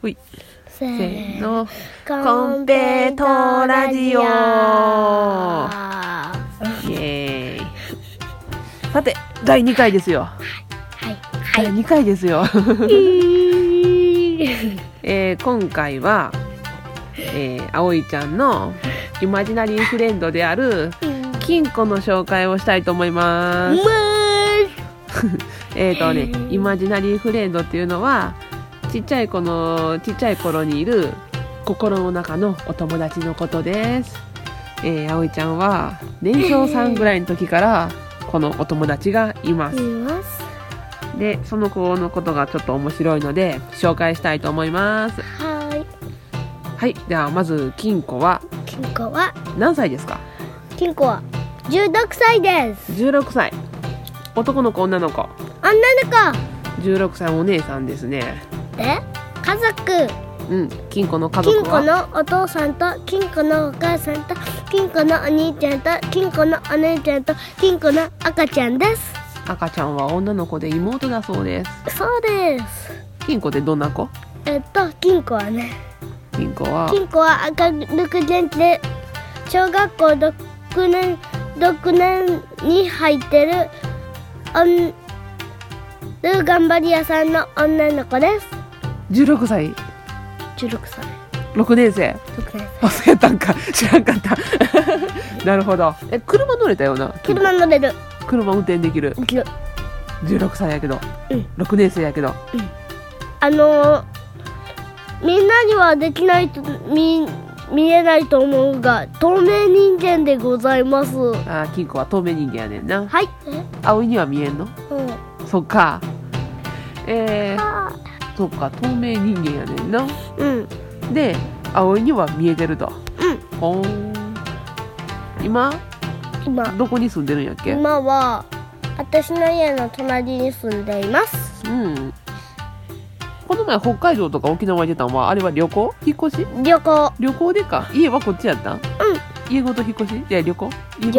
ほい。 せーの。 コンペイトーラジオイエーイ。さて、第2回ですよ。第2回ですよ。今回は、あおいちゃんのイマジナリーフレンドである金庫の紹介をしたいと思います。イマジナリーフレンドっていうのはちっちゃい頃にいる心の中のお友達のことです。あおいちゃんは年少さんぐらいの時からこのお友達がいます。で、その子のことがちょっと面白いので紹介したいと思います。はい、ではまず金庫は何歳ですか？ 金庫は16歳です。 16歳。男の子、女の子？ 女の子。 16歳お姉さんですね。 で、家族。 金庫の家族は？ 金庫のお父さんと金庫のお母さんと金庫のお兄ちゃんと金庫のお姉ちゃんと金庫の赤ちゃんです。 赤ちゃんは女の子で妹だそうです。 そうです。 金庫ってどんな子？ 金庫はね、 金庫は明るく元気で小学校6年に入ってる頑張り屋さんの女の子です。 16歳。 16歳。 6年生。あ、そうやったんか。知らんかった。なるほど。車乗れたよな。 車乗れる。 車運転できる。16歳やけど、6年生やけど、 みんなにはできないと見えないと思うが透明人間でございます。 金庫は透明人間やねんな。 はい。 葵には見えんの？そっか。そっか、透明人間やねんな。で、葵には見えてると。今どこに住んでるんやっけ？ 今は私の家の隣に住んでいます。 この前北海道とか沖縄行ってたのはあれは旅行？引っ越し？ 旅行でか。家はこっちやった？家ごと引っ越し？いや、旅行。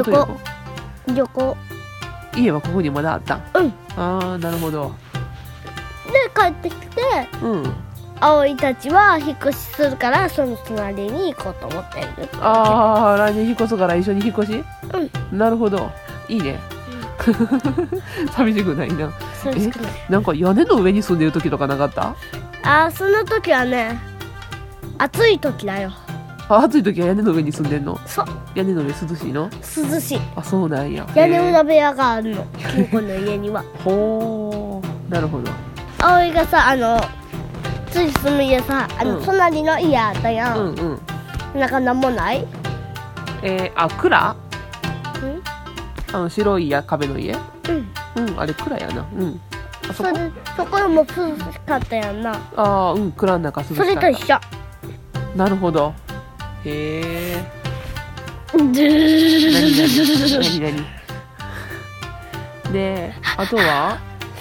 家はここにまだあった？なるほど。 で、帰ってきて、葵たちは引っ越しするからその隣に行こうと思っている。 来年引っ越すから一緒に引っ越し？なるほど、いいね。寂しくないな。なんか屋根の上に住んでる時とかなかった？ その時はね、暑い時だよ。 暑い時は屋根の上に住んでんの？ そう。 屋根の上涼しいの？ 涼しい。 そうなんや。 屋根裏部屋があるの、金庫の家には。 なるほど。 葵がさ、つい住む家さ、隣の家あったやん。なんかなんもない？ 蔵？白い壁の家？あれ蔵やな。 そこも涼しかったやんな。 蔵の中涼しかった。 それと一緒。 なるほど。へえ。何で、あとは、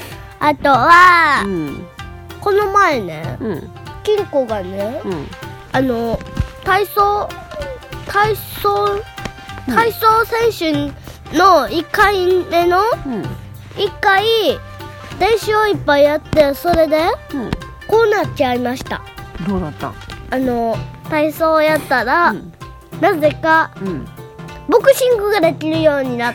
この前ね、金庫がね、体操選手の1回目の1回練習をいっぱいやって、それでこうなっちゃいました。 どうなった？ 体操をやったら、なぜかボクシングができるようになって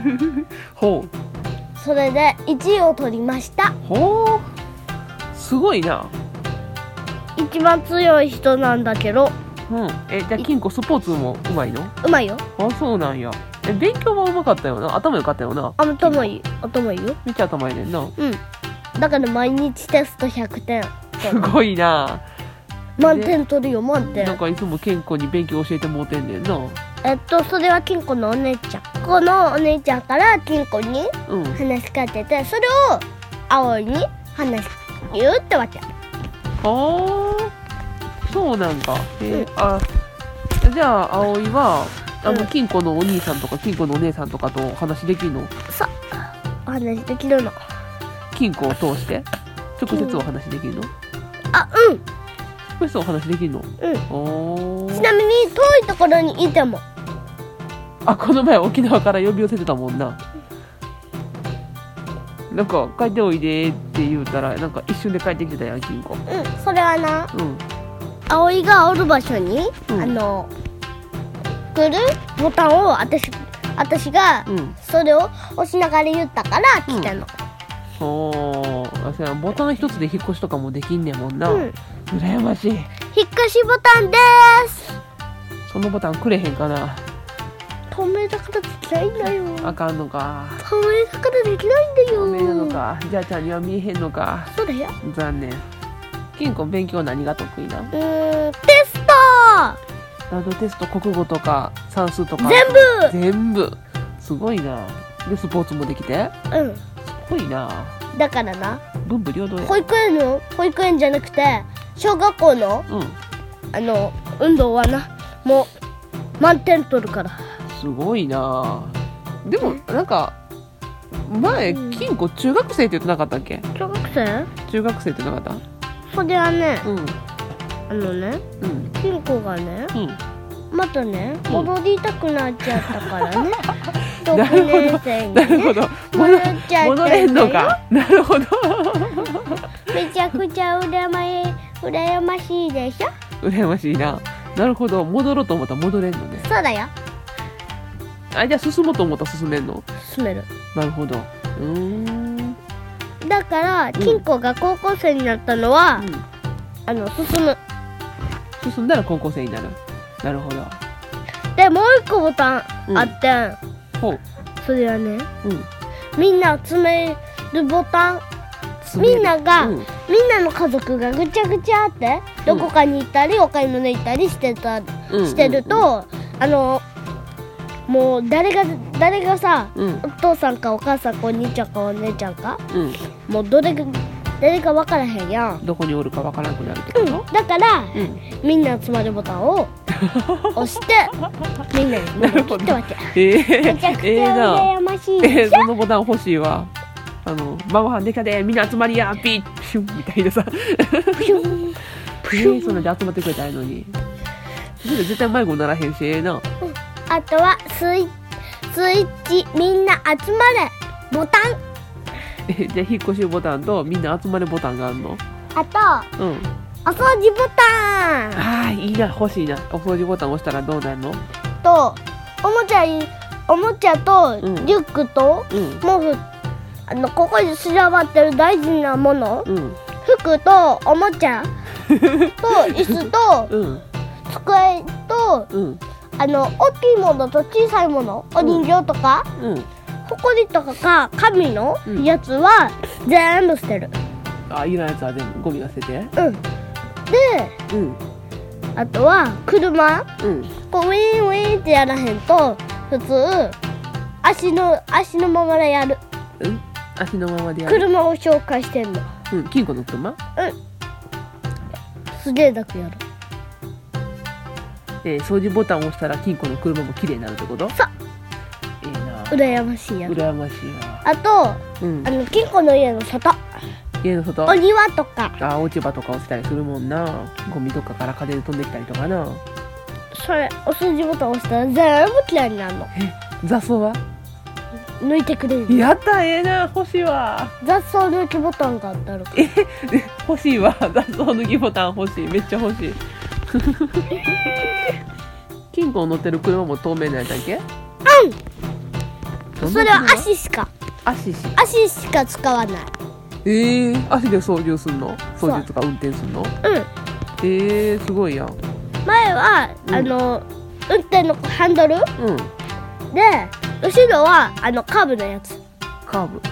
それで1位を取りました。 すごいな。 一番強い人なんだけど。 じゃあ金庫スポーツもうまいの？ うまいよ。 そうなんや。勉強もうまかったよな。頭良かったよな。 頭いいよ。 めっちゃ頭いいねんな。 だから毎日テスト100点。 すごいな。 満点取るよ、満点。 なんかいつも金庫に勉強教えてもうてんねんな。 それは金庫のお姉ちゃん。このお姉ちゃんから金庫に話しかけて、それを葵に言うってわけ。 そうなんか。じゃあ葵は金庫のお兄さんとか金庫のお姉さんとかとお話できるの？ そう、お話できるの。 金庫を通して直接お話できるの？直接お話できるの？ ちなみに遠いところにいても。この前沖縄から呼び寄せてたもんな。 なんか帰っておいでって言うたらなんか一瞬で帰ってきてたやん金庫。 それはな、 うん葵がおる場所に、 うん来るボタンを私がうんそれを押しながら言ったから来たの。 ほー、あ、そうや、ボタン一つで引っ越しとかもできんねんもんな、羨ましい。 引っ越しボタンでーす。 そのボタンくれへんかな。 透明だからできないんだよ。 あかんのか。 透明だからできないんだよ。 透明なのか。じゃあちゃんには見えへんのか。 そうだよ。 残念。金庫勉強何が得意な？ テストラドテスト、国語とか算数とか全部すごいな。でスポーツもできてすごいな。 だからな、 文武両道や。 保育園じゃなくて小学校の運動はな、もう満点取るから。 すごいな。でもなんか前金庫中学生って言ってなかったっけ？ 小学生？ 中学生って言ってなかっそれはね、 た？うん金庫がね、またね戻りたくなっちゃったからね。6年生にね、 なるほど。 戻っちゃったんだよ。 戻れんのか。なるほど。 めちゃくちゃ羨ましいでしょ。 羨ましいな。なるほど。戻ろうと思ったら戻れんのね。 そうだよ。 あ、じゃあ進もうと思ったら進めんの？ 進める。 なるほど。 だから金庫が高校生になったのは、 進んだら高校生になる。なるほど。 でもう一個ボタンあって、 ほう。 それはね、みんな集めるボタン。みんなの家族がぐちゃぐちゃあってどこかに行ったりお買い物行ったりしてると、もう誰がさ、お父さんかお母さんかお兄ちゃんかお姉ちゃんか、もう誰か分からへんやん。 どこにおるか分からなくなるってこと？ だから、みんな集まるボタンを押してみんなに戻ってきたわけ。めちゃくちゃ羨ましいでしょ。 そのボタン欲しいわ。晩ご飯できたで、みんな集まりや、ピッピュンみたいなさ。 ピュンピュン。 そんなんで集まってくれたらいいのに。絶対迷子にならへんし、な。 あとはスイッチみんな集まれボタン。 じゃあ引っ越しボタンとみんな集まるボタンがあるの？ あと、お掃除ボタン。 ああ、いいな、欲しいな。お掃除ボタン押したらどうなるの？ とおもちゃとリュックと毛布、ここに散らばってる大事なもの、服とおもちゃと椅子と、机と、大きいものと小さいもの、お人形とか、ほこりとか紙のやつは全部捨てる。 あ、いらないやつは全部ゴミが捨てて。で、 あとは車、こうウィーンウィーンってやらへんと普通足のままでやる。 足のままでやる。 車を紹介してんの。 金庫の車？ すげえだけやる。 掃除ボタンを押したら金庫の車も綺麗になるってこと？ そう。 いいな。 羨ましいやろ。 羨ましいな。 あと、金庫の家の外。 家の外？ お庭とか。 落ち葉とか落ちたりするもんな。ゴミとかから風で飛んできたりとかな。 それお掃除ボタン押したら全部きれいになるの。 雑草は？ 抜いてくれる。 やった、な、欲しいわ。 雑草抜きボタンがあったら。 欲しいわ。雑草抜きボタン欲しい。めっちゃ欲しい。金庫乗ってる車も透明なやつだっけ？ それは足しか使わない。 足で操縦すんの？操縦とか運転すんの？すごいやん。 前は運転のハンドル、で後ろはカーブのやつ。 カーブ？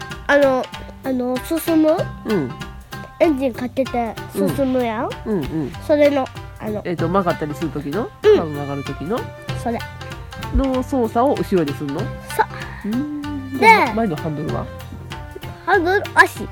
進む？エンジンかけて進むやん。それの曲がったりする時の、カーブ曲がる時のそれの操作を後ろでするの？ そう。 で、前のハンドルは？ ハンドル足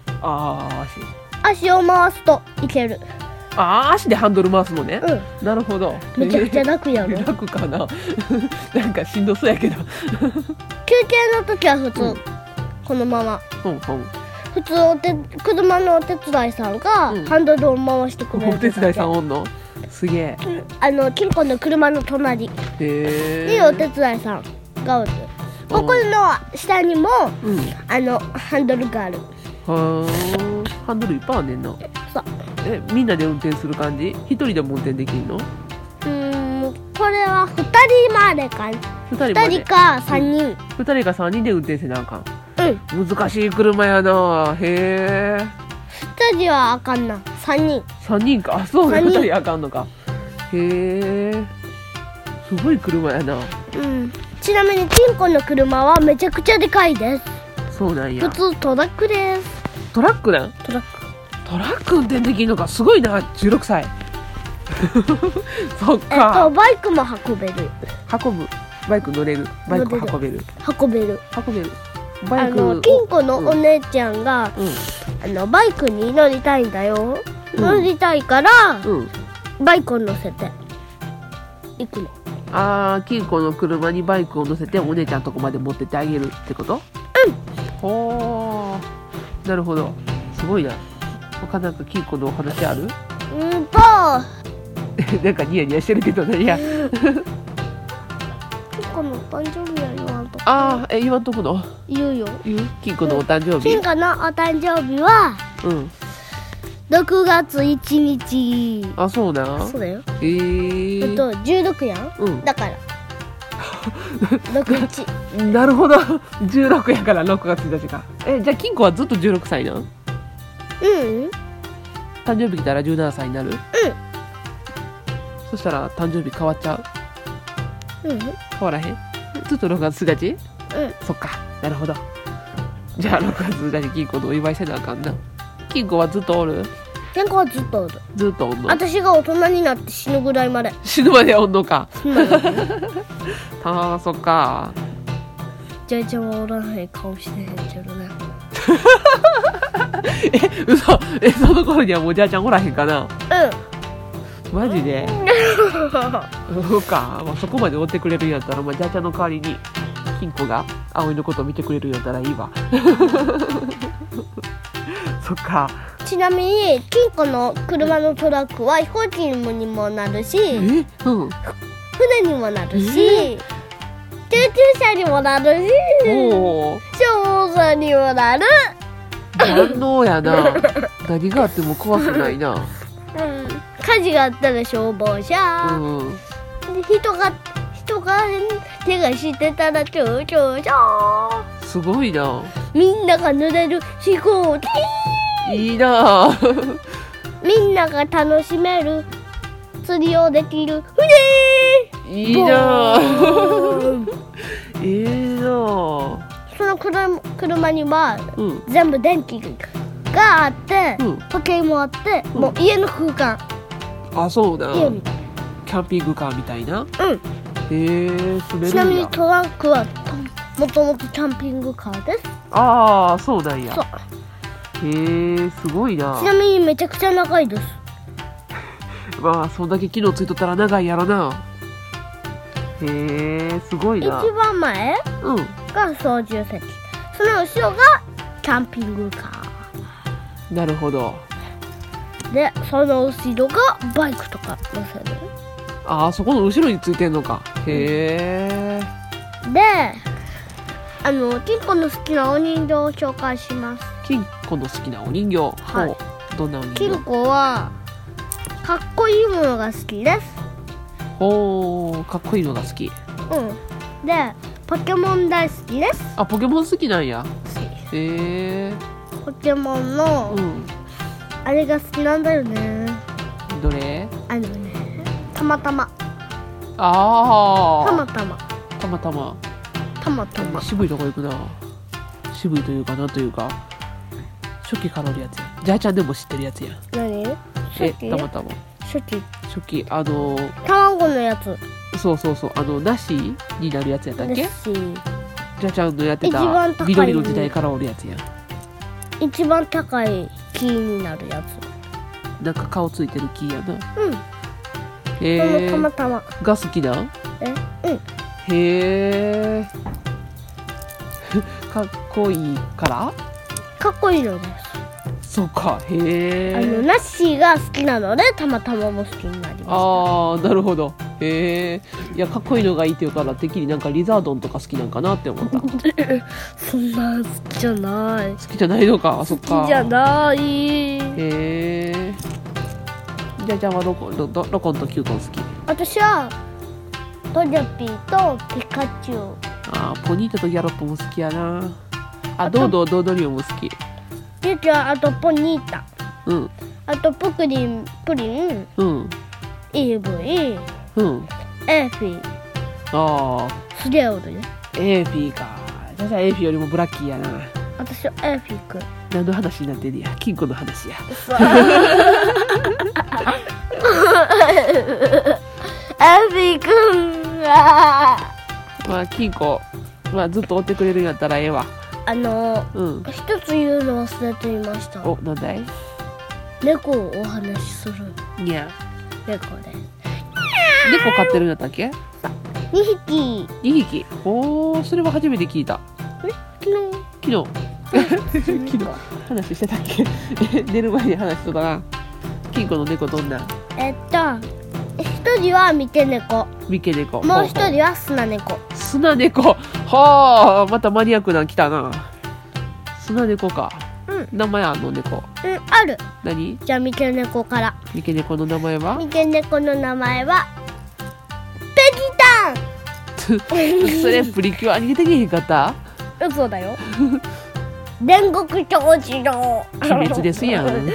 を回すといける。 足でハンドル回すのね。なるほど。 めちゃくちゃ楽やろ。 楽かな。なんかしんどそうやけど。 休憩の時は普通、このまま。普通車のお手伝いさんがハンドルを回してくれる。 お手伝いさんおんの？すげえ。 金庫の車の隣にお手伝いさんがおる。 ここの下にも、ハンドルがある。 ハンドルいっぱいあんねんな。 そう。 みんなで運転する感じ？一人でも運転できんの？ これは2人までか。2人か3人。 2人か3人で運転せなあかん。難しい車やな。へえ。 2人はあかんな。3人。 3人か。あ、そうね。2人あかんのか。へえ。すごい車やな。 ちなみに金庫の車はめちゃくちゃでかいです。 そうなんや。 普通トラックです。 トラックなん？トラック運転できるのか。すごいな。16歳。そっか。 バイクも運べる。 バイク乗れる。バイク運べる。バイク。 金庫のお姉ちゃんが、バイクに乗りたいんだよ。乗りたいから、バイクを乗せて行くの。 金庫の車にバイクを乗せてお姉ちゃんとこまで持ってってあげるってこと？ほー、なるほど。すごいな。他なんか金庫のお話ある？なんかニヤニヤしてるけどね。いや。金庫のお誕生日は言わんとこ。 言わんとこの？ 言うよ。 金庫のお誕生日？ 金庫のお誕生日は、6月1日。 あ、そうな。 そうだよ。16やん。だから。61。 なるほど。16やから6月1日か。じゃあ金庫はずっと16歳なん？誕生日来たら17歳になる？そしたら誕生日変わっちゃう？変わらへん？ずっと6月1日？そっか。なるほど。じゃあ6月1日金庫のお祝いせなあかんな。金庫はずっとおる？ 金庫はずっとおる。 ずっとおんの？ 私が大人になって死ぬぐらいまで。 死ぬまでおんのか。そっか。 じゃいちゃんはおらへん顔してへんけどね。 嘘。その頃にはもうじゃあちゃんおらへんかな。マジで？そうか。そこまで追ってくれるんやったら、じゃあちゃんの代わりに金庫が葵のことを見てくれるんやったらいいわ。そっか。 ちなみに金庫の車のトラックは飛行機にもなるし、船にもなるし、救急車にもなるし、消防車にもなる。 万能やな。何があっても怖くないな。 火事があったら消防車、人が手がしてたら救急車。 すごいな。 みんなが乗れる飛行機。 いいな。 みんなが楽しめる釣りをできる船。 いいな。いいな。 その車には、全部電気があって、時計もあって、もう家の空間。 あ、そうだ。 家みたい。 キャンピングカーみたいな。住めるんだ。 ちなみにトラックはもともとキャンピングカーです。 そうなんや。すごいな。 ちなみにめちゃくちゃ長いです。 そんだけ機能ついとったら長いやろな。すごいな。 一番前が操縦席、その後ろがキャンピングカー。なるほど。 で、その後ろがバイクとか乗せる。 そこの後ろについてんのか。で、 金庫の好きなお人形を紹介します。 金庫の好きなお人形。どんなお人形？ 金庫はかっこいいものが好きです。 かっこいいのが好き。 で、ポケモン大好きです。 ポケモン好きなんや。 ポケモンの、あれが好きなんだよね。 どれ？ たまたま。 渋いとこ行くな。渋いというかなんというか、初期からのやつや。じゃあちゃんでも知ってるやつや。 何？ たまたま。初期卵のやつ。 そうなしになるやつやったっけ？じゃあちゃんのやってた緑の時代からおるやつや。 一番高い木になるやつ。 なんか顔ついてる木やな。 たまたまが好きなん？かっこいいから？ かっこいいのです。 そうか。 ナッシーが好きなのでたまたまも好きになりました。 なるほど。 へえ。いやかっこいいのがいいっていうからてっきりなんかリザードンとか好きなんかなって思った。 そんな好きじゃない。 好きじゃないのか。そっか。 好きじゃない。 へえ。じゃあはどこのとキュートン好き？ 私はトジョピーとピカチュウ。 あーポニータとギャロップも好きやな。あドードリオも好き。 ゆうちゃんあとポニータ。 うん。 あとプリン、 うん。 イーブイ、 うん。 エーフィー。 ああ。 すげえおるね。 エーフィーか。じゃあエーフィーよりもブラッキーやな。 私はエーフィーくん。 何の話になってんねや。金庫の話や。 エーフィーくんはまあ金庫、まあずっと追ってくれるんやったらええわ。 うん、一つ言うの忘れていました。 お、なんだい？ 猫をお話しする。 いや。 猫で。 猫飼ってるんやったっけ ？2匹。 2匹。おー、それは初めて聞いた。昨日話してたっけ？寝る前に話しとったな。金庫の猫どんな？ 一人は三毛猫。 三毛猫。 もう一人は砂猫。 砂猫。はあ、またマニアックなん来たな。砂猫か。 うん。 名前あんの猫？ ある。 何？ じゃあ三毛猫から。 三毛猫の名前は？ 三毛猫の名前はペギタン。 それプリキュアに出てけへんかった？ 嘘だよ。煉獄教授の鬼滅ですやん。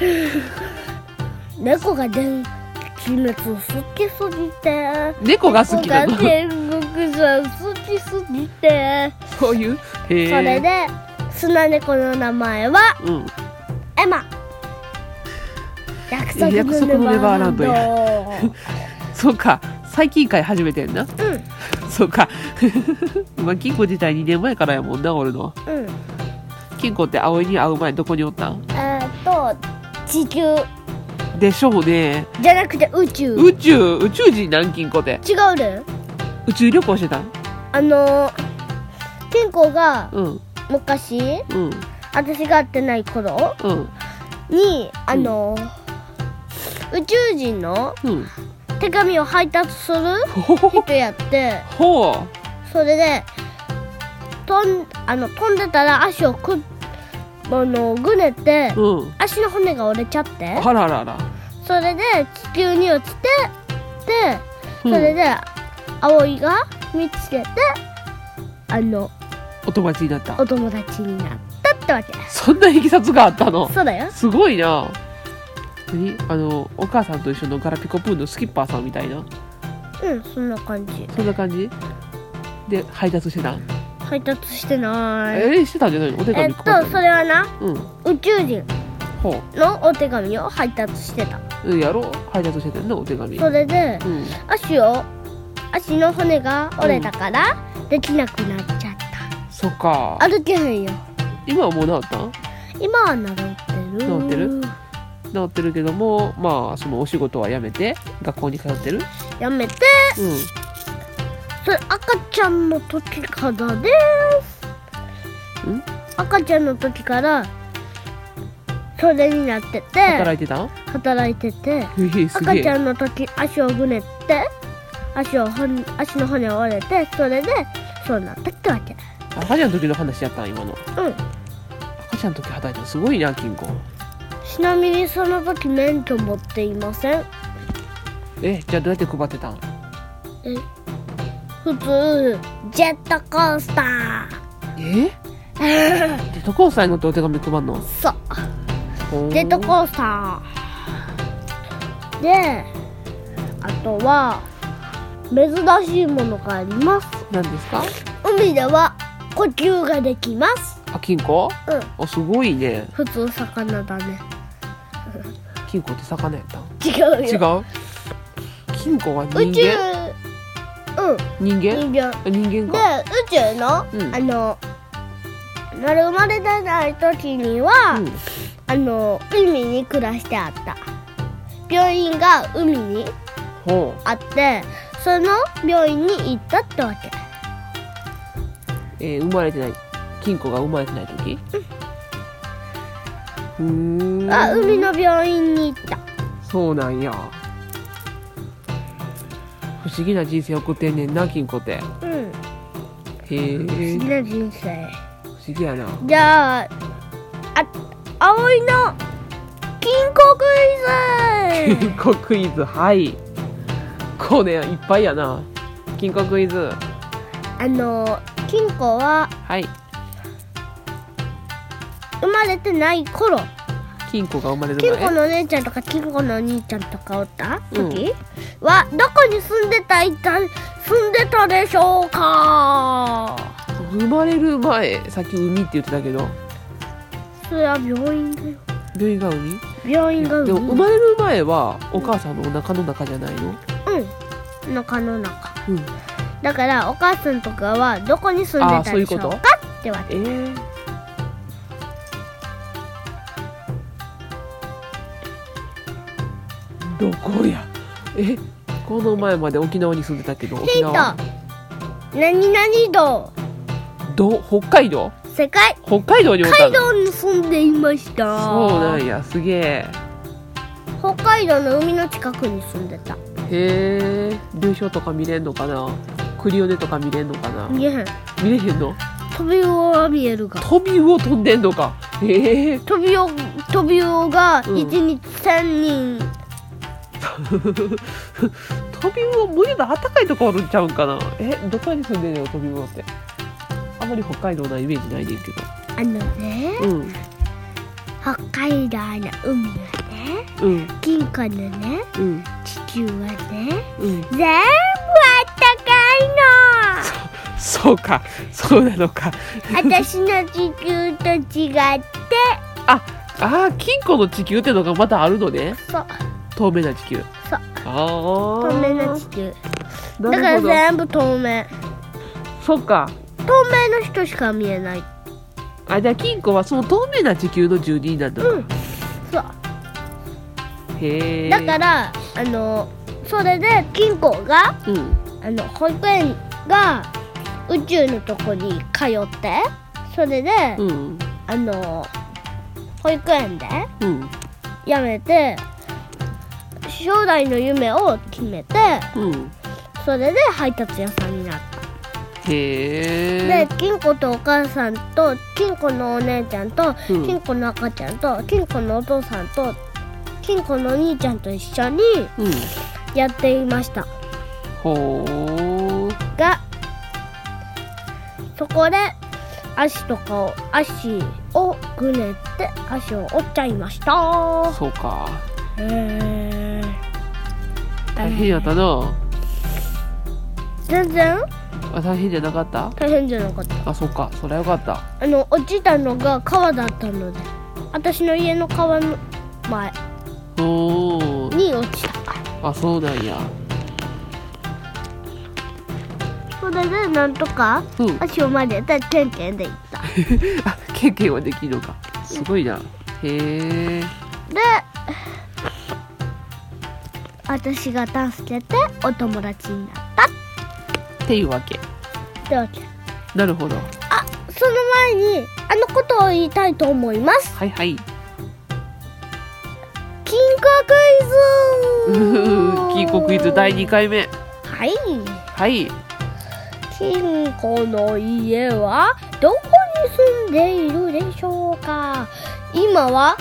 猫が鬼滅好きすぎて。 猫が好きなの？ 煉獄さん好きすぎて。 そういう？へえ。 それで砂猫の名前は、エマ。約束のネバーランドや。 そうか、最近回始めてんな。そうか。まあ金庫自体2年前からやもんな、俺の。金庫って葵に会う前どこにおったん？ 地球でしょうね。 じゃなくて宇宙人なん金庫って違うで。 宇宙旅行してたん？ 金庫が昔、私が会ってない頃に宇宙人の手紙を配達する人やって、それで飛んでたら足をぐねて、足の骨が折れちゃって、 あららら。 それで地球に落ちて、それで葵が見つけてお友達になった。 お友達になったってわけ。 そんないきさつがあったの？ そうだよ。 すごいな。お母さんと一緒のガラピコプーンのスキッパーさんみたいな。 そんな感じ。 そんな感じで配達してたん？ 配達してない。 してたんじゃないの？お手紙配ったの？ それはな、宇宙人のお手紙を配達してた。 やろ？配達してたんな、お手紙。 それで、足の骨が折れたから、できなくなっちゃった。 そっか。 歩けへんよ。 今はもう治ったん？今は治ってる。 治ってる？治ってるけども、まあそのお仕事は辞めて学校に通ってる？ 辞めて、それ赤ちゃんの時からです。赤ちゃんの時からそれになってて、 働いてたん？ 働いてて、赤ちゃんの時足をぐねって足の骨を折れて、それでそうなったってわけ。 赤ちゃんの時の話やったん？今の。赤ちゃんの時働いたのすごいな、金庫。 ちなみにその時免許持っていません。 じゃあどうやって配ってたん？ 普通ジェットコースター。 ジェットコースターに乗ってお手紙配るの？ そう。ジェットコースターで、あとは珍しいものがあります。 何ですか？ 海では呼吸ができます。 金庫？すごいね。 普通魚だね。 金庫って魚やったん？ 違うよ。 違う？金庫は人間？ 宇宙。 人間か。 で、宇宙の、生まれてない時には、海に暮らしてあった。病院が海にあって、その病院に行ったってわけ。 生まれてない、金庫が生まれてない時？ 海の病院に行った。 そうなんや。 不思議な人生送ってんねんな、金庫って。へえ。不思議な人生。 不思議やな。 じゃあ、葵の金庫クイズ。 金庫クイズ、はい。こうね、いっぱいやな。金庫クイズ。 金庫は、 はい。 生まれてない頃。 金庫が生まれる前。 金庫のお姉ちゃんとか金庫のお兄ちゃんとかおった時、はどこに住んでたでしょうか。 生まれる前、さっき海って言ってたけど。 それは病院だよ。 病院が海？ 病院が海。 でも生まれる前はお母さんのお腹の中じゃないの？ お腹の中。 うん。 だからお母さんとかはどこに住んでたでしょうかって言われて。 どこや。この前まで沖縄に住んでたけど。 ヒント。何々道。 北海道？ 世界。 北海道におったの？ 北海道に住んでいました。 そうなんや、すげえ。 北海道の海の近くに住んでた。 へえ。流氷とか見れんのかな？クリオネとか見れんのかな？ 見れへん。 見れへんの？ 飛び魚は見えるが。 飛び魚飛んでんのか。へえ。 飛び魚が1日1000人。 飛び魚、もうちょっと暖かいとこおるんちゃうんかな。どこに住んでんのよ、飛び魚って。あんまり北海道なイメージないねんけど。 北海道の海はね、金庫のね、地球はね、全部あったかいの。 そうか、そうなのか。 私の地球と違って。 金庫の地球ってのがまたあるのね。 そう。 透明な地球。 そう。 透明な地球。だから全部透明。 そっか。 透明の人しか見えない。 じゃあ金庫はその透明な地球の住人なんだ。そう。へえ。 だからそれで金庫が、保育園が宇宙のとこに通って、それで、保育園で、辞めて将来の夢を決めて、それで配達屋さんになった。で、金庫とお母さんと金庫のお姉ちゃんと、金庫の赤ちゃんと金庫のお父さんと金庫のお兄ちゃんと一緒にやっていました。が、そこで足をぐねって足を折っちゃいました。 そうか。大変やったな。 全然大変じゃなかった？ 大変じゃなかった。 そうか、そりゃよかった。 落ちたのが川だったので、私の家の川の前に落ちた。 そうなんや。 それでなんとか足を曲げてケンケンで行った。 ケンケンはできるのか。すごいな。で、 私が助けてお友達になったっていうわけ。なるほど。 その前にことを言いたいと思います。 はいはい。 金庫クイズ。 金庫クイズ第2回目。 はいはい。 金庫の家はどこに住んでいるでしょうか。今は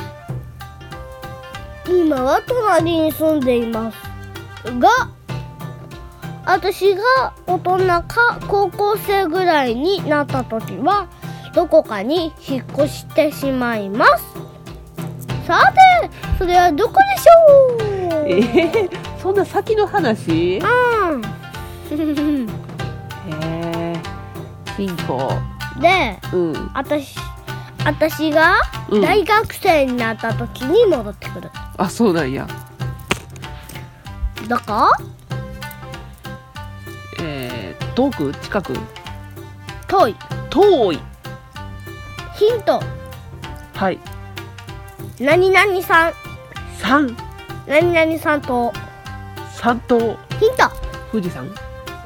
隣に住んでいますが、私が大人か高校生ぐらいになった時はどこかに引っ越してしまいます。さて、それはどこでしょう。 そんな先の話？金庫で、私が大学生になった時に戻ってくる。 そうなんや。 どこ？ 遠く？近く？ 遠い。ヒント。 はい。 何々さん。何々さんと。 三島。 ヒント。 富士山？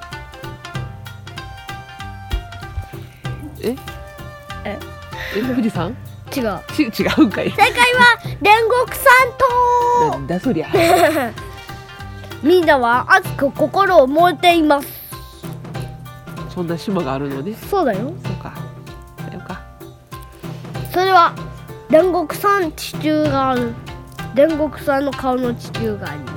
富士山？ 違ううんかい。 正解は煉獄さんと。 なんだそりゃ。 みんなは熱く心を燃えています。 そんな島があるのね。 そうだよ。 そうか。だよか。 それは煉獄さん地球がある。煉獄さんの顔の地球があります。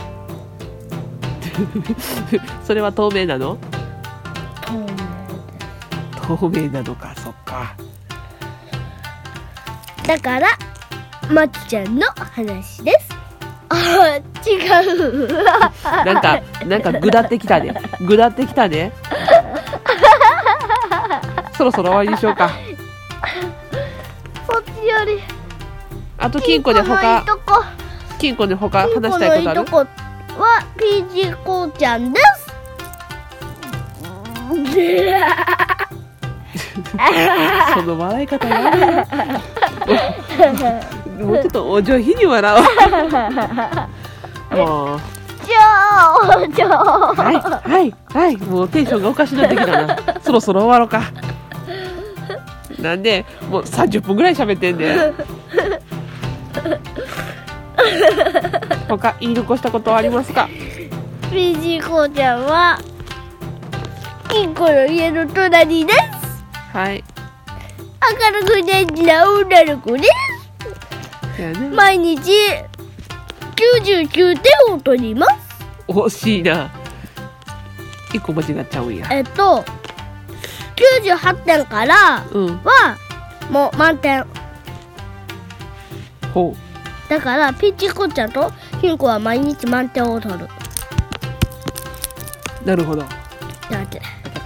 それは透明なの？ 透明。 透明なのか、そっか。 だからまきちゃんの話です。あ、違う。 なんかぐだってきたね。ぐだってきたね。そろそろ終わりにしようか。 そっちより。 あと金庫で他話したいことある？ 金庫のいとこはピーチコちゃんです。 その笑い方やめもうちょっとお上品に笑おう。もうはいもうテンションがおかしくなってきたな。そろそろ終わろうか。なんでもう30分ぐらい喋ってんで。他言い残したことはありますか？ ピーチコちゃんは金庫の家の隣です。 はい。 明るく元気な女の子です。 やね、 毎日99点を取ります。 惜しいな。1個間違っちゃうんや。 98点からはもう満点。 ほう。 だからピーチコちゃんと金庫は毎日満点を取る。 なるほど。 だって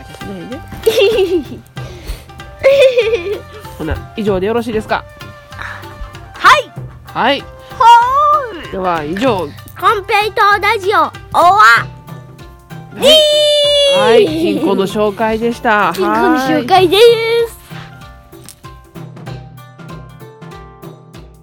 ほな以上でよろしいですか？ はいはい。では以上コンペイトーラジオ終わり。 はい、金庫の紹介でした。 金庫の紹介です。